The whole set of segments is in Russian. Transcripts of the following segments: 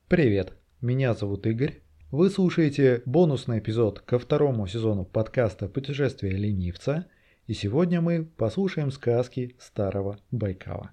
Привет, меня зовут Игорь. Вы слушаете бонусный эпизод ко второму сезону подкаста «Путешествие ленивца», и сегодня мы послушаем сказки Старого Байкала.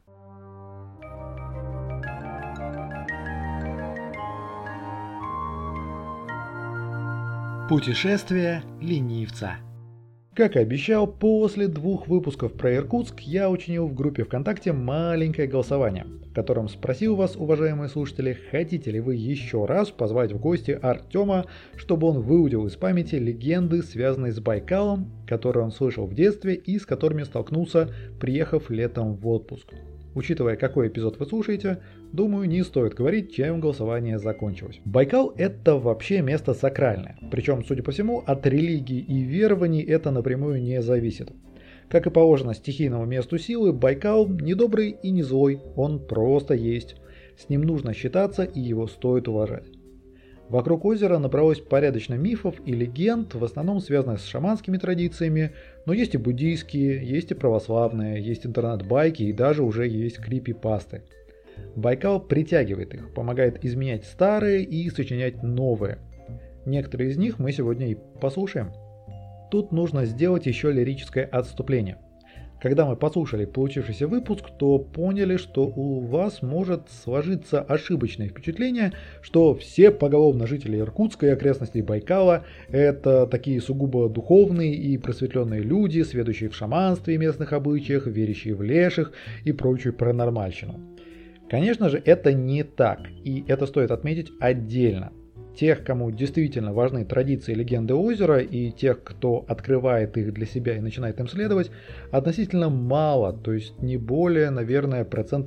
Путешествие ленивца. Как и обещал, после 2 выпусков про Иркутск я учинил в группе ВКонтакте маленькое голосование, в котором спросил вас, уважаемые слушатели, хотите ли вы еще раз позвать в гости Артема, чтобы он выудил из памяти легенды, связанные с Байкалом, которые он слышал в детстве и с которыми столкнулся, приехав летом в отпуск. Учитывая, какой эпизод вы слушаете, думаю, не стоит говорить, чем голосование закончилось. Байкал – это вообще место сакральное. Причем, судя по всему, от религии и верований это напрямую не зависит. Как и положено стихийному месту силы, Байкал не добрый и не злой, он просто есть. С ним нужно считаться и его стоит уважать. Вокруг озера набралось порядочно мифов и легенд, в основном связанных с шаманскими традициями, но есть и буддийские, есть и православные, есть интернет-байки и даже уже есть крипипасты. Байкал притягивает их, помогает изменять старые и сочинять новые. Некоторые из них мы сегодня и послушаем. Тут нужно сделать еще лирическое отступление. Когда мы послушали получившийся выпуск, то поняли, что у вас может сложиться ошибочное впечатление, что все поголовно жители Иркутска и окрестностей Байкала – это такие сугубо духовные и просветленные люди, сведущие в шаманстве и местных обычаях, верящие в леших и прочую паранормальщину. Конечно же, это не так, и это стоит отметить отдельно. Тех, кому действительно важны традиции и легенды озера, и тех, кто открывает их для себя и начинает им следовать, относительно мало, то есть не более, наверное,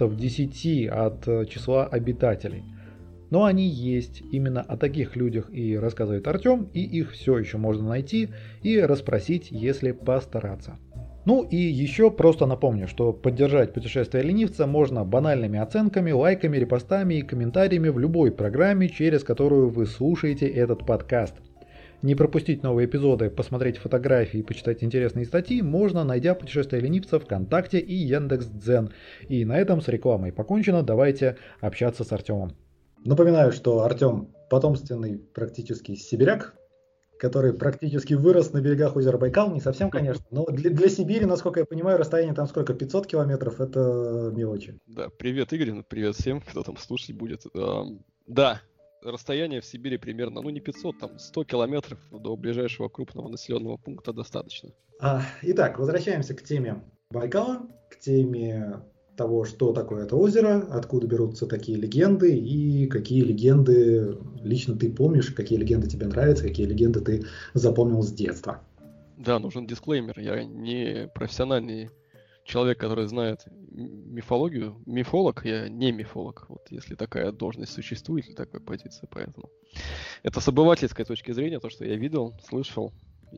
10% от числа обитателей. Но они есть, именно о таких людях и рассказывает Артем, и их все еще можно найти и расспросить, если постараться. Ну и еще просто напомню, что поддержать путешествие ленивца можно банальными оценками, лайками, репостами и комментариями в любой программе, через которую вы слушаете этот подкаст. Не пропустить новые эпизоды, посмотреть фотографии и почитать интересные статьи можно, найдя путешествие ленивца ВКонтакте и Яндекс.Дзен. И на этом с рекламой покончено, давайте общаться с Артемом. Напоминаю, что Артем потомственный практически сибиряк, который практически вырос на берегах озера Байкал, не совсем, конечно, но для Сибири, насколько я понимаю, расстояние там сколько, 500 километров, это мелочи. Да, привет, Игорь, привет всем, кто там слушать будет. Да, расстояние в Сибири примерно, не 500, там 100 километров до ближайшего крупного населенного пункта достаточно. Итак, возвращаемся к теме Байкала, к теме того, что такое это озеро, откуда берутся такие легенды и какие легенды лично ты помнишь, какие легенды тебе нравятся, какие легенды ты запомнил с детства. Да, нужен дисклеймер. Я не профессиональный человек, который знает мифологию. Мифолог, я не мифолог. Вот если такая должность существует, или такая позиция, поэтому. Это с обывательской точки зрения, то, что я видел, слышал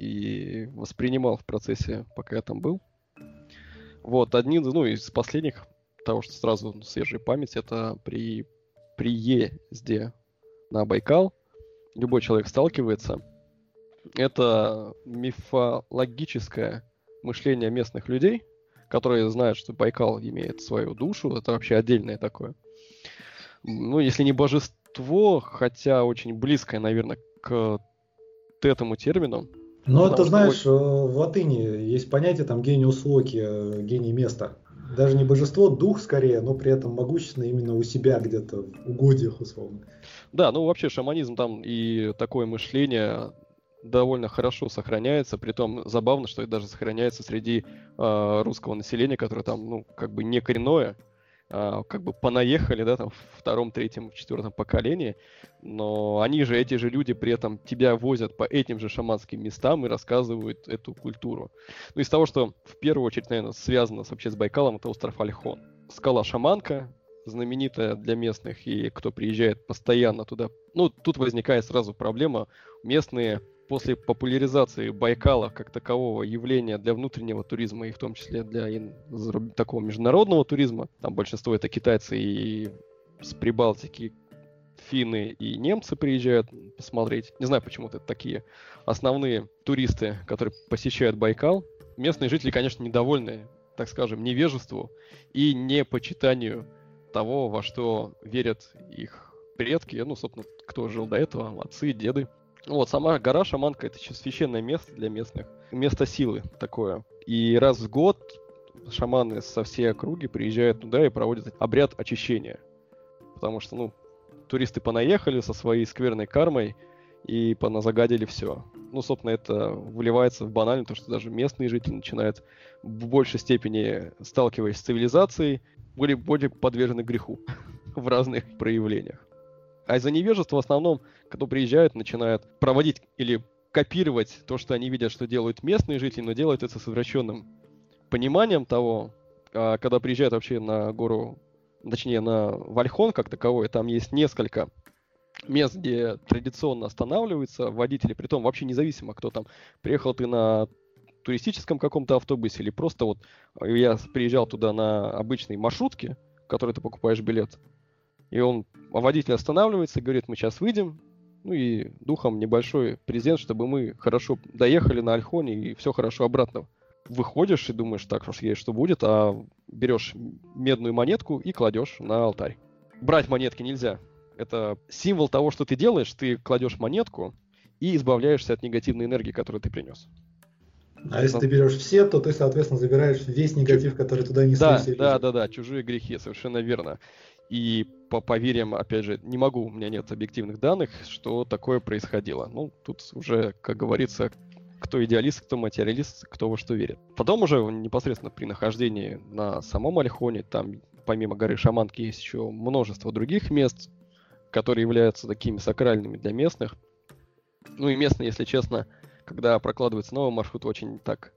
и воспринимал в процессе, пока я там был. Вот, один, из последних, того, что сразу свежая память, это при приезде на Байкал любой человек сталкивается. Это мифологическое мышление местных людей, которые знают, что Байкал имеет свою душу, это вообще отдельное такое. Если не божество, хотя очень близкое, наверное, к этому термину. Это, знаешь, в латыни есть понятие там гениус локи, гений места. Даже не божество, дух скорее, но при этом могущественный именно у себя где-то, в угодьях условно. Да, вообще шаманизм там и такое мышление довольно хорошо сохраняется, притом забавно, что это даже сохраняется среди русского населения, которое там, не коренное, понаехали, да, там в 2-м, 3-м, 4-м поколении, но эти же люди при этом тебя возят по этим же шаманским местам и рассказывают эту культуру. Из того, что в первую очередь, наверное, связано вообще с Байкалом, это остров Ольхон. Скала-шаманка, знаменитая для местных, и кто приезжает постоянно туда. Тут возникает сразу проблема. Местные после популяризации Байкала как такового явления для внутреннего туризма и в том числе для такого международного туризма, там большинство это китайцы и с Прибалтики, финны и немцы приезжают посмотреть. Не знаю, почему это такие основные туристы, которые посещают Байкал. Местные жители, конечно, недовольны, так скажем, невежеству и непочитанию того, во что верят их предки, ну, собственно, кто жил до этого, отцы, деды. Вот, сама гора Шаманка — это священное место для местных, место силы такое. И раз в год шаманы со всей округи приезжают туда и проводят обряд очищения. Потому что, ну, туристы понаехали со своей скверной кармой и поназагадили все. Ну, собственно, это выливается в банально то, что даже местные жители начинают в большей степени, сталкиваясь с цивилизацией, более подвержены греху в разных проявлениях. А из-за невежества в основном, кто приезжает, начинают проводить или копировать то, что они видят, что делают местные жители, но делают это с извращенным пониманием того, когда приезжают вообще на гору, точнее на Вальхон как таковой, там есть несколько мест, где традиционно останавливаются водители, притом вообще независимо, кто там. Приехал ты на туристическом каком-то автобусе или просто вот я приезжал туда на обычной маршрутке, в которой ты покупаешь билет, и водитель останавливается и говорит: мы сейчас выйдем, ну и духом небольшой презент, чтобы мы хорошо доехали на Альхоне и все хорошо обратно. Выходишь и думаешь, так уж есть, что будет, а берешь медную монетку и кладешь на алтарь. Брать монетки нельзя. Это символ того, что ты делаешь, ты кладешь монетку и избавляешься от негативной энергии, которую ты принес. А если ты берешь все, то ты, соответственно, забираешь весь негатив, который туда несли. Да, чужие грехи, совершенно верно. И по поверьям, опять же, не могу, у меня нет объективных данных, что такое происходило. Ну, тут уже, как говорится, кто идеалист, кто материалист, кто во что верит. Потом уже непосредственно при нахождении на самом Альхоне, там помимо горы Шаманки есть еще множество других мест, которые являются такими сакральными для местных. Ну и местные, если честно, когда прокладывается новый маршрут, очень так,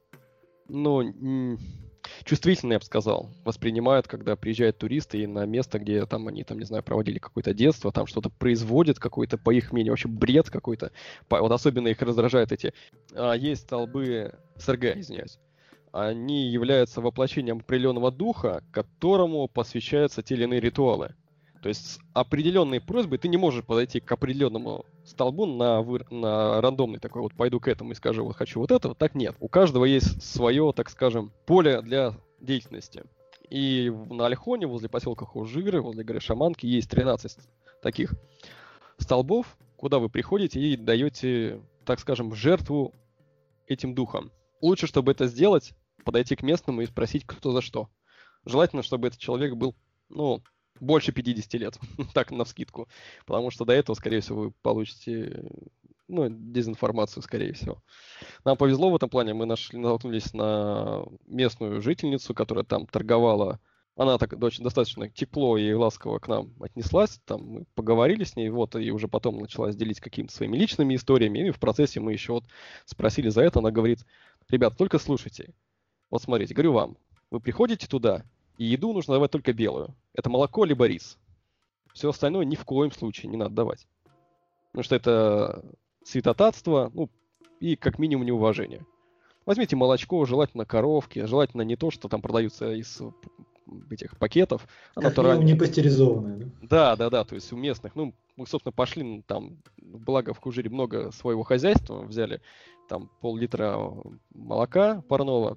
чувствительно, я бы сказал, воспринимают, когда приезжают туристы и на место, где там они, не знаю, проводили какое-то детство, там что-то производят, какой-то, по их мнению, вообще бред какой-то. Вот особенно их раздражают эти... есть столбы СРГ, извиняюсь. Они являются воплощением определенного духа, которому посвящаются те или иные ритуалы. То есть с определенной просьбой ты не можешь подойти к определенному столбу на рандомный такой, вот пойду к этому и скажу, вот хочу вот этого. Так нет. У каждого есть свое, так скажем, поле для деятельности. И на Альхоне, возле поселка Хужиры, возле горы Шаманки, есть 13 таких столбов, куда вы приходите и даете, так скажем, жертву этим духам. Лучше, чтобы это сделать, подойти к местному и спросить, кто за что. Желательно, чтобы этот человек был, больше 50 лет, так, навскидку. Потому что до этого, скорее всего, вы получите, дезинформацию, скорее всего. Нам повезло в этом плане. Мы наткнулись на местную жительницу, которая там торговала. Она так достаточно тепло и ласково к нам отнеслась. Там мы поговорили с ней, и уже потом начала делить какими-то своими личными историями. И в процессе мы еще спросили за это. Она говорит: ребят, только слушайте. Вот смотрите, говорю вам, вы приходите туда, и еду нужно давать только белую. Это молоко либо рис. Все остальное ни в коем случае не надо давать. Потому что это святотатство, и как минимум неуважение. Возьмите молочко, желательно коровки, желательно не то, что там продаются из этих пакетов. Как минимум не пастеризованное, да? Да, то есть у местных. Мы, собственно, пошли, там, благо в Хужире много своего хозяйства, взяли там пол-литра молока парного,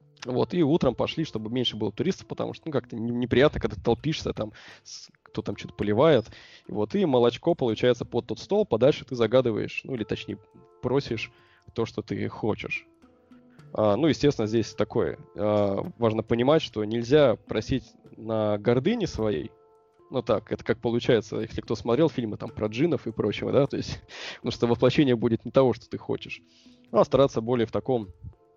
и утром пошли, чтобы меньше было туристов, потому что, как-то неприятно, когда ты толпишься, там, кто там что-то поливает. И молочко, получается, под тот стол, подальше ты загадываешь, или точнее просишь то, что ты хочешь. Естественно, здесь такое. Важно понимать, что нельзя просить на гордыне своей. Так, это как получается, если кто смотрел фильмы там про джиннов и прочего, да, то есть, потому что воплощение будет не того, что ты хочешь, а стараться более в таком,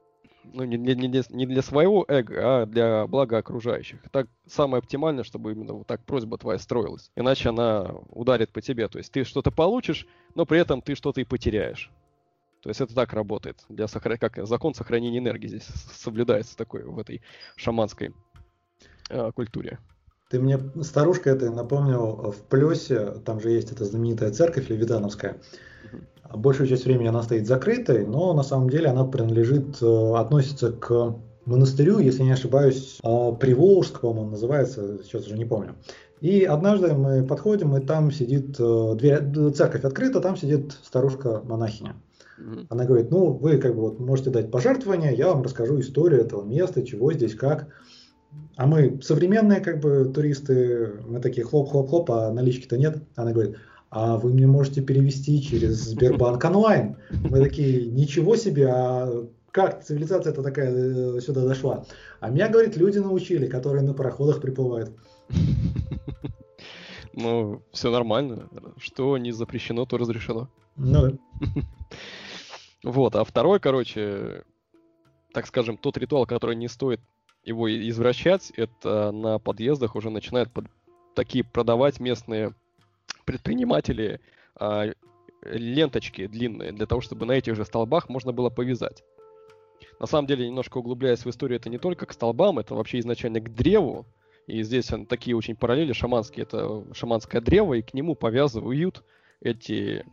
не для своего эго, а для блага окружающих. Так самое оптимальное, чтобы именно так просьба твоя строилась. Иначе она ударит по тебе. То есть ты что-то получишь, но при этом ты что-то и потеряешь. То есть это так работает. Как закон сохранения энергии здесь соблюдается такой в этой шаманской культуре. Ты мне старушка этой напомнил в Плёсе, там же есть эта знаменитая церковь Левитановская. Большую часть времени она стоит закрытой, но на самом деле она относится к монастырю, если не ошибаюсь, Приволжск, по-моему, называется, сейчас уже не помню. И однажды мы подходим, и там сидит, церковь открыта, там сидит старушка-монахиня. Она говорит: вы можете дать пожертвование, я вам расскажу историю этого места, чего здесь, как. А мы современные как бы туристы, мы такие хлоп-хлоп-хлоп, а налички-то нет. Она говорит, а вы мне можете перевести через Сбербанк онлайн. Мы такие, ничего себе, а как цивилизация-то такая сюда дошла? А меня, говорит, люди научили, которые на пароходах приплывают. Ну, все нормально. Что не запрещено, то разрешено. Ну, Вот, а второй, короче, так скажем, тот ритуал, который не стоит его извращать, это на подъездах уже начинают такие продавать местные предприниматели ленточки длинные, для того, чтобы на этих же столбах можно было повязать. На самом деле, немножко углубляясь в историю, это не только к столбам, это вообще изначально к древу. И здесь такие очень параллели шаманские. Это шаманское древо, и к нему повязывают эти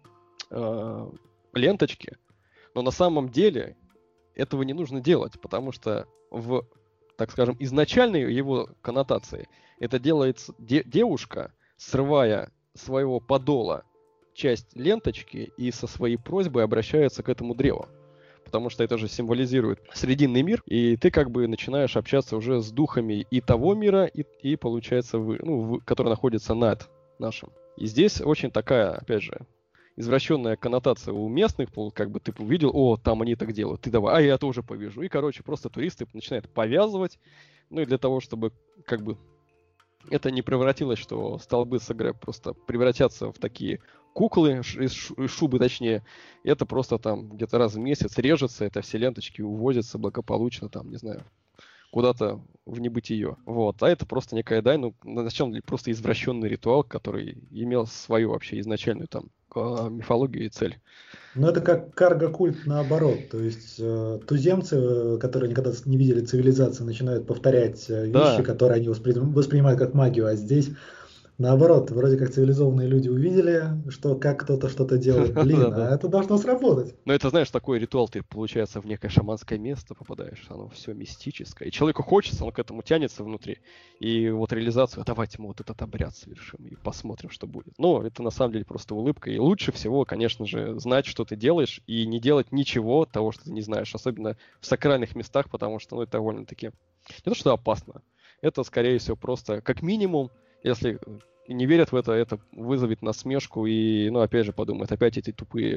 ленточки. Но на самом деле этого не нужно делать, потому что в, так скажем, изначальной его коннотации это делает девушка, срывая своего подола часть ленточки и со своей просьбой обращается к этому древу. Потому что это же символизирует срединный мир, и ты как бы начинаешь общаться уже с духами и того мира, и получается, который находится над нашим. И здесь очень такая, опять же, извращенная коннотация у местных, как бы ты увидел, о, там они так делают, ты давай, а я тоже повяжу. И, короче, просто туристы начинают повязывать, ну и для того, чтобы как бы это не превратилось, что столбы с ЭГР просто превратятся в такие куклы, из шубы точнее, это просто там где-то раз в месяц режется, это все ленточки увозятся благополучно, там, не знаю, куда-то в небытие. Вот. А это просто некая, да, ну, на самом деле просто извращенный ритуал, который имел свою вообще изначальную там мифологию и цель. ну, это как карго-культ наоборот. То есть туземцы, которые никогда не видели цивилизации, начинают повторять вещи, Да. которые они воспринимают как магию. А здесь наоборот, вроде как цивилизованные люди увидели, что как кто-то что-то делает. Блин, а это должно сработать. Но это, знаешь, такой ритуал, ты, получается, в некое шаманское место попадаешь, оно все мистическое. И человеку хочется, он к этому тянется внутри. И вот реализацию, давайте мы вот этот обряд совершим и посмотрим, что будет. Но это на самом деле просто улыбка. И лучше всего, конечно же, знать, что ты делаешь, и не делать ничего того, что ты не знаешь. Особенно в сакральных местах, потому что, ну, это довольно-таки не то, что опасно. Это, скорее всего, просто как минимум, если не верят в это, это вызовет насмешку и, ну, опять же, подумают, опять эти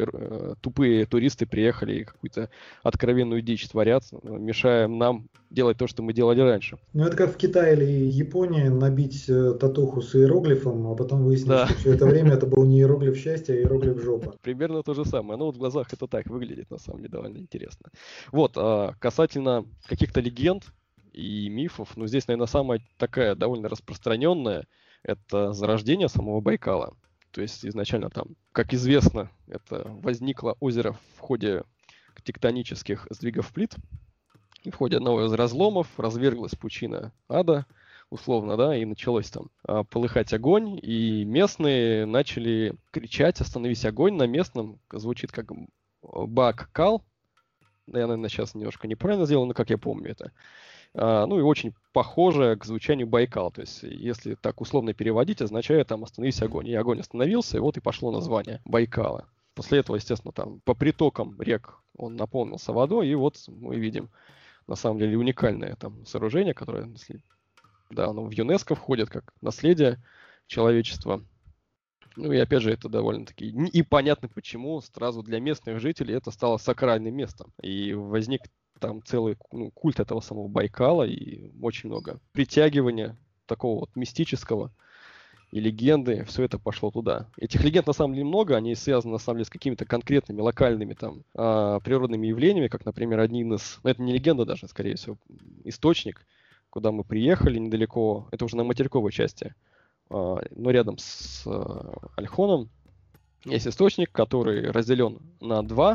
тупые туристы приехали и какую-то откровенную дичь творят, мешая нам делать то, что мы делали раньше. Ну, это как в Китае или Японии набить татуху с иероглифом, а потом выяснить, Да. что все это время это был не иероглиф счастья, а иероглиф жопа. Примерно то же самое. Но вот в глазах это так выглядит, на самом деле, довольно интересно. Вот, касательно каких-то легенд и мифов, ну, здесь, наверное, самая такая довольно распространенная, это зарождение самого Байкала. То есть изначально там, как известно, это возникло озеро в ходе тектонических сдвигов плит. И в ходе одного из разломов разверглась пучина ада, условно, да, и началось там полыхать огонь, и местные начали кричать «Остановись, огонь!» На местном звучит как Бак-Кал. Я, наверное, сейчас немножко неправильно сделал, но как я помню это. Ну и очень похоже к звучанию Байкал. То есть, если так условно переводить, означает там «остановись, огонь». И огонь остановился, и вот и пошло название Байкала. После этого, естественно, там по притокам рек он наполнился водой, и вот мы видим на самом деле уникальное там сооружение, которое, если, да, оно в ЮНЕСКО входит как наследие человечества. Ну и опять же, это довольно-таки и понятно, почему сразу для местных жителей это стало сакральным местом. И возник там целый культ этого самого Байкала и очень много притягивания такого вот мистического и легенды, все это пошло туда. Этих легенд на самом деле много, они связаны на самом деле с какими-то конкретными локальными там природными явлениями, как, например, один из, ну это не легенда даже, скорее всего, источник, куда мы приехали недалеко, это уже на материковой части, но рядом с Ольхоном есть источник, который разделен на два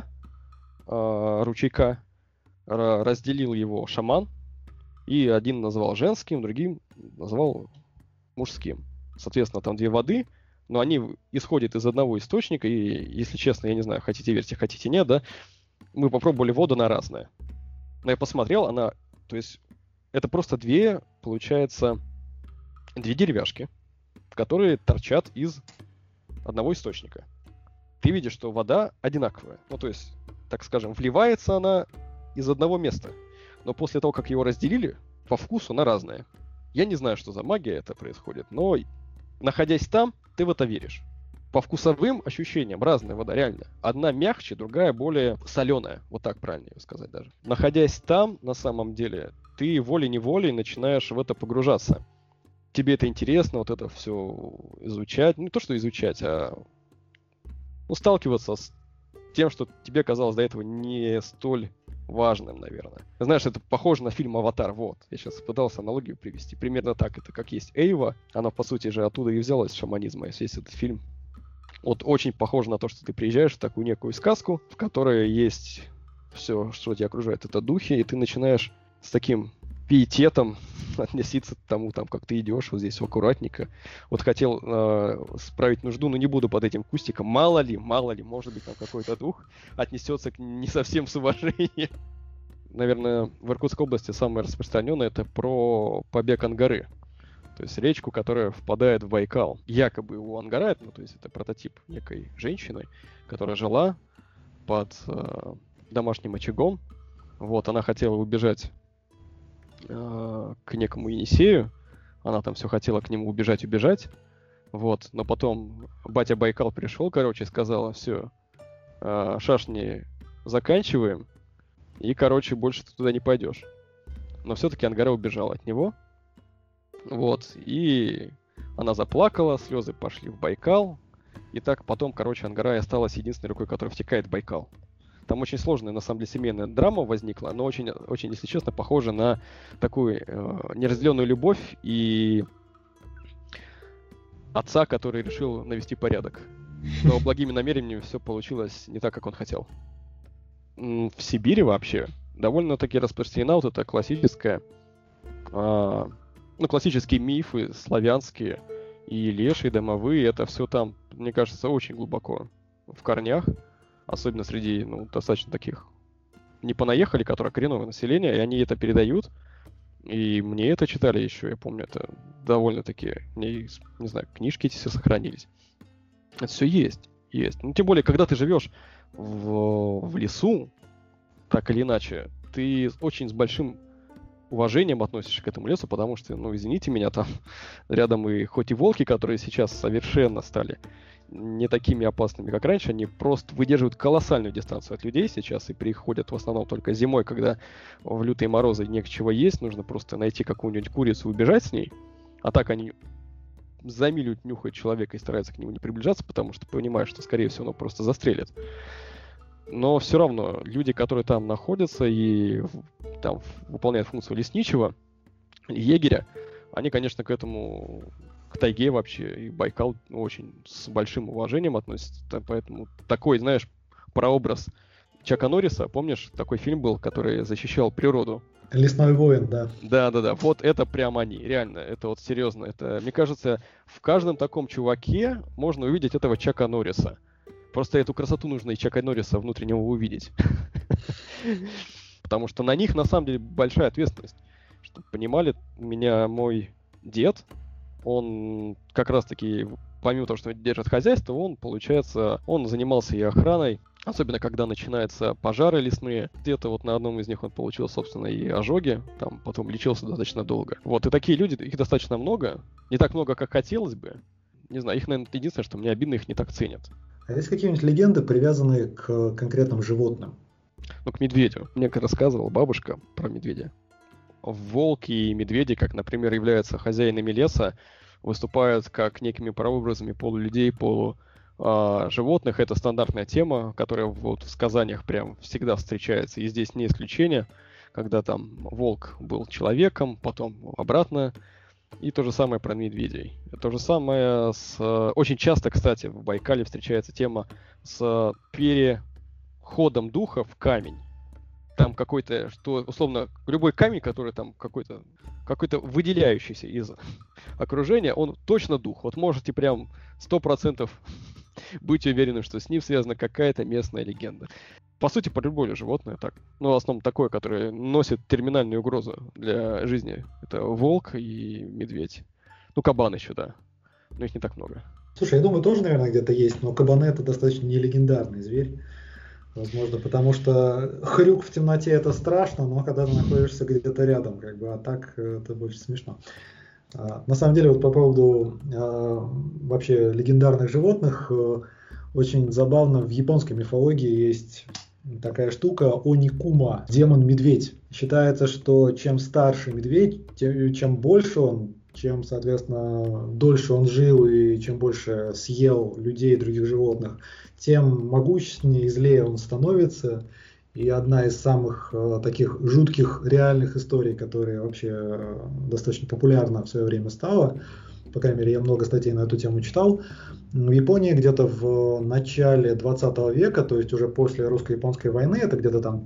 ручейка, разделил его шаман, и один назвал женским, другим назвал мужским. Соответственно, там две воды, но они исходят из одного источника, и, если честно, я не знаю, хотите верьте, хотите нет, да, мы попробовали воду на разное. Но я посмотрел, она, то есть, это просто две, получается, две деревяшки, которые торчат из одного источника. Ты видишь, что вода одинаковая. Ну, то есть, так скажем, вливается она из одного места. Но после того, как его разделили, по вкусу она разная. Я не знаю, что за магия это происходит, но находясь там, ты в это веришь. По вкусовым ощущениям разная вода, реально. Одна мягче, другая более соленая. Вот так правильно ее сказать даже. Находясь там, на самом деле, ты волей-неволей начинаешь в это погружаться. Тебе это интересно, вот это все изучать. Не то, что изучать, а сталкиваться с тем, что тебе казалось до этого не столь важным, наверное. Знаешь, это похоже на фильм «Аватар». Вот. Я сейчас пытался аналогию привести. Примерно так. Это как есть Эйва. Она, по сути же, оттуда и взялась, из шаманизма. Есть этот фильм. Вот очень похоже на то, что ты приезжаешь в такую некую сказку, в которой есть все, что тебя окружает. Это духи, и ты начинаешь с таким пиететом относиться к тому, там, как ты идешь, вот здесь аккуратненько. Вот хотел справить нужду, но не буду под этим кустиком. Мало ли, может быть, там какой-то дух отнесется не совсем с уважением. Наверное, в Иркутской области самое распространенное это про побег Ангары. То есть речку, которая впадает в Байкал. Якобы у Ангара, то есть это прототип некой женщины, которая жила под домашним очагом. Вот, она хотела убежать к некому Енисею. Она там все хотела к нему убежать. Вот, но потом батя Байкал пришел, и сказала, все, шашни заканчиваем, и, больше ты туда не пойдешь. Но все-таки Ангара убежала от него. Вот, и она заплакала, слезы пошли в Байкал, и так потом, Ангара осталась единственной рекой, которая втекает в Байкал. Там очень сложная, на самом деле, семейная драма возникла, но очень, очень, если честно, похожа на такую неразделенную любовь и отца, который решил навести порядок. Но благими намерениями все получилось не так, как он хотел. В Сибири вообще довольно-таки распространена вот эта классическая... классические мифы, славянские, и лешие, домовые, это все там, мне кажется, очень глубоко в корнях, особенно среди, достаточно таких не понаехали, которые коренное население, и они это передают, и мне это читали еще, я помню, это довольно-таки, не знаю, книжки эти все сохранились. Это все есть. Тем более, когда ты живешь в лесу, так или иначе, ты очень с большим уважением относишься к этому лесу, потому что, извините меня, там рядом и хоть и волки, которые сейчас совершенно стали не такими опасными, как раньше, они просто выдерживают колоссальную дистанцию от людей сейчас и приходят в основном только зимой, когда в лютые морозы нечего есть, нужно просто найти какую-нибудь курицу и убежать с ней, а так они за милю нюхают человека и стараются к нему не приближаться, потому что понимают, что, скорее всего, он просто застрелит. Но все равно люди, которые там находятся и там выполняют функцию лесничего, егеря, они, конечно, к тайге вообще и Байкал очень с большим уважением относятся. Поэтому такой, знаешь, прообраз Чака Норриса, помнишь, такой фильм был, который защищал природу? «Лесной воин», да. Да. Вот это прям они, реально, это вот серьезно. Это, мне кажется, в каждом таком чуваке можно увидеть этого Чака Норриса. Просто эту красоту нужно и Чака Норриса внутреннего увидеть. Потому что на них, на самом деле, большая ответственность. Чтобы понимали, меня мой дед, он как раз-таки, помимо того, что держит хозяйство, он занимался и охраной. Особенно, когда начинаются пожары лесные. Где-то вот на одном из них он получил, собственно, и ожоги. Там потом лечился достаточно долго. Вот, и такие люди, их достаточно много. Не так много, как хотелось бы. Не знаю, их, наверное, единственное, что мне обидно, их не так ценят. А есть какие-нибудь легенды, привязанные к конкретным животным? К медведю. Мне рассказывала бабушка про медведя. Волки и медведи, как, например, являются хозяинами леса, выступают как некими прообразами полулюдей, животных. Это стандартная тема, которая вот в сказаниях прям всегда встречается. И здесь не исключение, когда там волк был человеком, потом обратно. И то же самое про медведей. То же самое очень часто, кстати, в Байкале встречается тема с переходом духа в камень. Там какой-то, что условно, любой камень, который там какой-то выделяющийся из окружения, он точно дух. Вот можете прям 100% быть уверены, что с ним связана какая-то местная легенда. По сути, про любое животное так. В основном такое, которое носит терминальную угрозу для жизни. Это волк и медведь. Кабан еще, да. Но их не так много. Слушай, я думаю, тоже, наверное, где-то есть, но кабаны — это достаточно не легендарный зверь. Возможно, потому что хрюк в темноте это страшно, но когда ты находишься где-то рядом, как бы, а так это больше смешно. На самом деле, вот по поводу вообще легендарных животных, очень забавно, в японской мифологии есть такая штука Оникума, демон-медведь. Считается, что чем старше медведь, чем больше он, чем, соответственно, дольше он жил и чем больше съел людей и других животных, тем могущественнее и злее он становится. И одна из самых таких жутких реальных историй, которая вообще достаточно популярна в свое время стала, по крайней мере, я много статей на эту тему читал, в Японии где-то в начале 20 века, то есть уже после русско-японской войны, это где-то там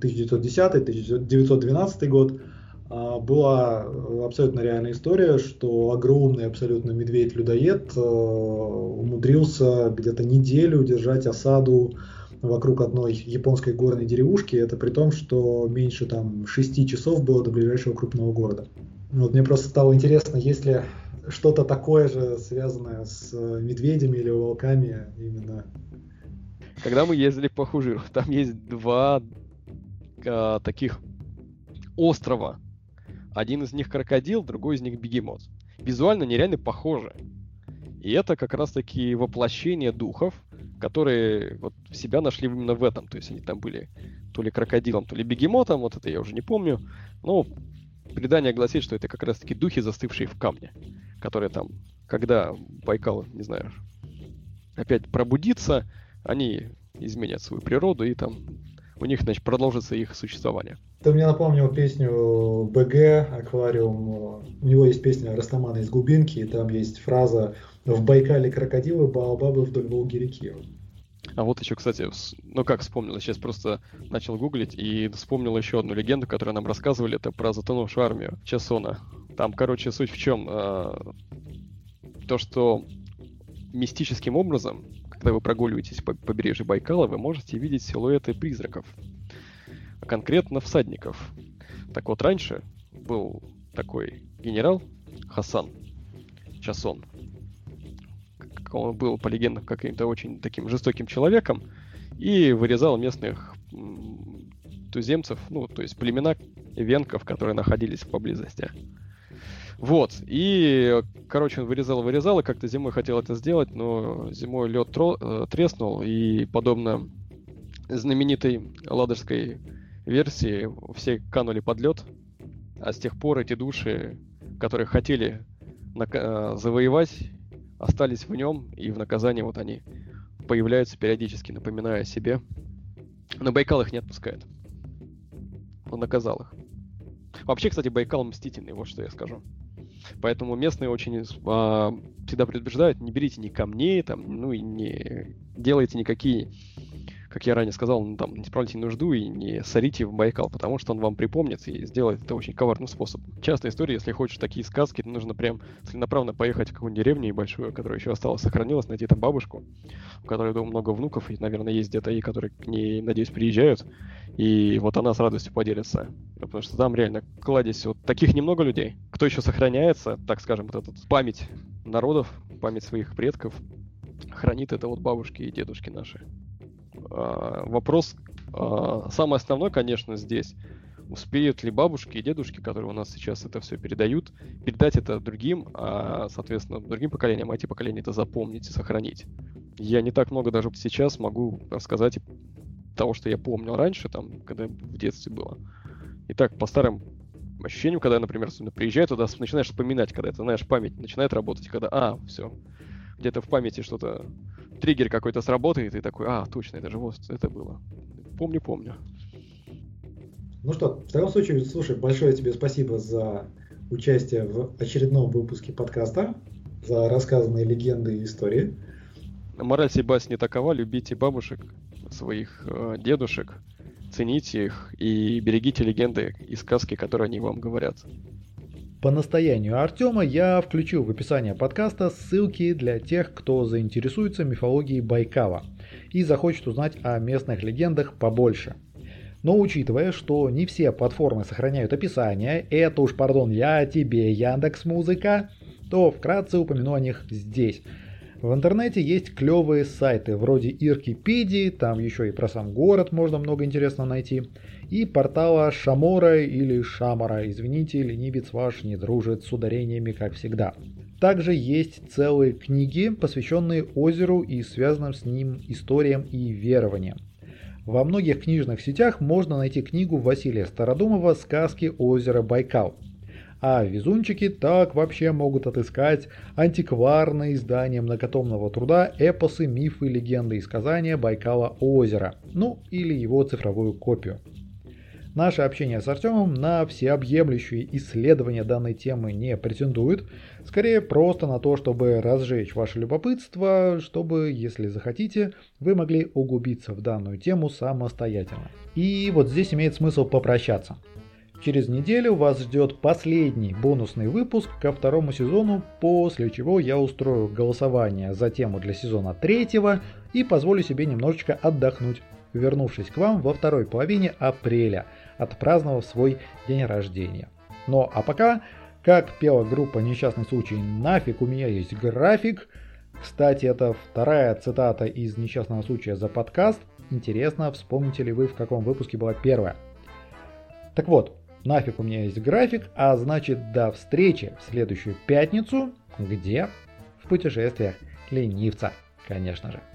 1910-1912 год, была абсолютно реальная история, что огромный абсолютно медведь-людоед умудрился где-то неделю держать осаду вокруг одной японской горной деревушки, это при том, что меньше там 6 часов было до ближайшего крупного города. Вот мне просто стало интересно, есть ли что-то такое же, связанное с медведями или волками именно. Когда мы ездили по Хужиру, там есть два таких острова. Один из них крокодил, другой из них бегемот. Визуально нереально похожи. И это как раз-таки воплощение духов, которые вот себя нашли именно в этом. То есть они там были то ли крокодилом, то ли бегемотом, вот это я уже не помню. Но предание гласит, что это как раз-таки духи, застывшие в камне, которые там, когда Байкал, не знаю, опять пробудится, они изменят свою природу, и там у них, значит, продолжится их существование. Ты мне напомнил песню БГ «Аквариум». У него есть песня Растамана из глубинки, и там есть фраза «В Байкале крокодилы, баобабы вдоль Волги реки». А вот еще, кстати, ну как вспомнил, сейчас просто начал гуглить и вспомнил еще одну легенду, которую нам рассказывали, это про затонувшую армию Чосона. Там, короче, суть в чем? То, что мистическим образом, когда вы прогуливаетесь по побережью Байкала, вы можете видеть силуэты призраков, а конкретно всадников. Так вот, раньше был такой генерал Хасан Чосон. Он был, по легендам, каким-то очень таким жестоким человеком и вырезал местных туземцев, ну, то есть племена венков, которые находились поблизости. Вот, и, короче, он вырезал, и как-то зимой хотел это сделать, но зимой лед треснул, и подобно знаменитой ладожской версии, все канули под лед, а с тех пор эти души, которые хотели завоевать, остались в нем, и в наказание вот они появляются периодически, напоминая о себе. Но Байкал их не отпускает. Он наказал их. Вообще, кстати, Байкал мстительный, вот что я скажу. Поэтому местные очень всегда предупреждают, не берите ни камней, там, ну и не делайте никакие, как я ранее сказал, ну, там, не справляйте нужду и не сорите в Байкал, потому что он вам припомнит и сделает это очень коварным способом. Частая история, если хочешь такие сказки, нужно прям целенаправленно поехать в какую-нибудь деревню небольшую, которая еще осталась, сохранилась, найти там бабушку, у которой, я думаю, много внуков, и, наверное, есть где-то и которые к ней, надеюсь, приезжают, и вот она с радостью поделится. Потому что там реально кладезь вот таких немного людей. Кто еще сохраняется, так скажем, вот эту память народов, память своих предков, хранит это вот бабушки и дедушки наши. Вопрос самый основной, конечно, здесь. Успеют ли бабушки и дедушки, которые у нас сейчас это все передают, передать это другим, соответственно, другим поколениям, а эти поколения это запомнить и сохранить. Я не так много даже сейчас могу рассказать того, что я помнил раньше, там, когда в детстве было. Итак, по старым ощущениям, когда я, например, приезжаю туда, начинаешь вспоминать, когда это, знаешь, память начинает работать, когда, все, где-то в памяти что-то, триггер какой-то сработает, и такой, точно, это же вот это было. Помню. Ну что, в таком случае, слушай, большое тебе спасибо за участие в очередном выпуске подкаста, за рассказанные легенды и истории. Мораль сей басни такова: любите бабушек, своих дедушек, цените их и берегите легенды и сказки, которые они вам говорят. По настоянию Артема я включил в описание подкаста ссылки для тех, кто заинтересуется мифологией Байкала и захочет узнать о местных легендах побольше. Но учитывая, что не все платформы сохраняют описание, это уж, пардон, я тебе, Яндекс.Музыка, то вкратце упомяну о них здесь. В интернете есть клевые сайты вроде Иркипедии, там еще и про сам город можно много интересного найти, и портала Шамора или Шамара, извините, ленивец ваш не дружит с ударениями, как всегда. Также есть целые книги, посвященные озеру и связанным с ним историям и верованиям. Во многих книжных сетях можно найти книгу Василия Стародумова «Сказки озера Байкал». А везунчики так вообще могут отыскать антикварные издания многотомного труда «Эпосы, мифы, легенды и сказания Байкала озера», ну или его цифровую копию. Наше общение с Артемом на всеобъемлющие исследования данной темы не претендует, скорее просто на то, чтобы разжечь ваше любопытство, чтобы, если захотите, вы могли углубиться в данную тему самостоятельно. И вот здесь имеет смысл попрощаться. Через неделю вас ждет последний бонусный выпуск ко второму сезону, после чего я устрою голосование за тему для сезона 3 и позволю себе немножечко отдохнуть, вернувшись к вам во второй половине апреля, отпраздновав свой день рождения. Ну а пока, как пела группа «Несчастный случай», нафиг у меня есть график. Кстати, это вторая цитата из «Несчастного случая» за подкаст. Интересно, вспомните ли вы, в каком выпуске была первая. Так вот, нафиг у меня есть график, а значит до встречи в следующую пятницу, где? В путешествиях ленивца, конечно же.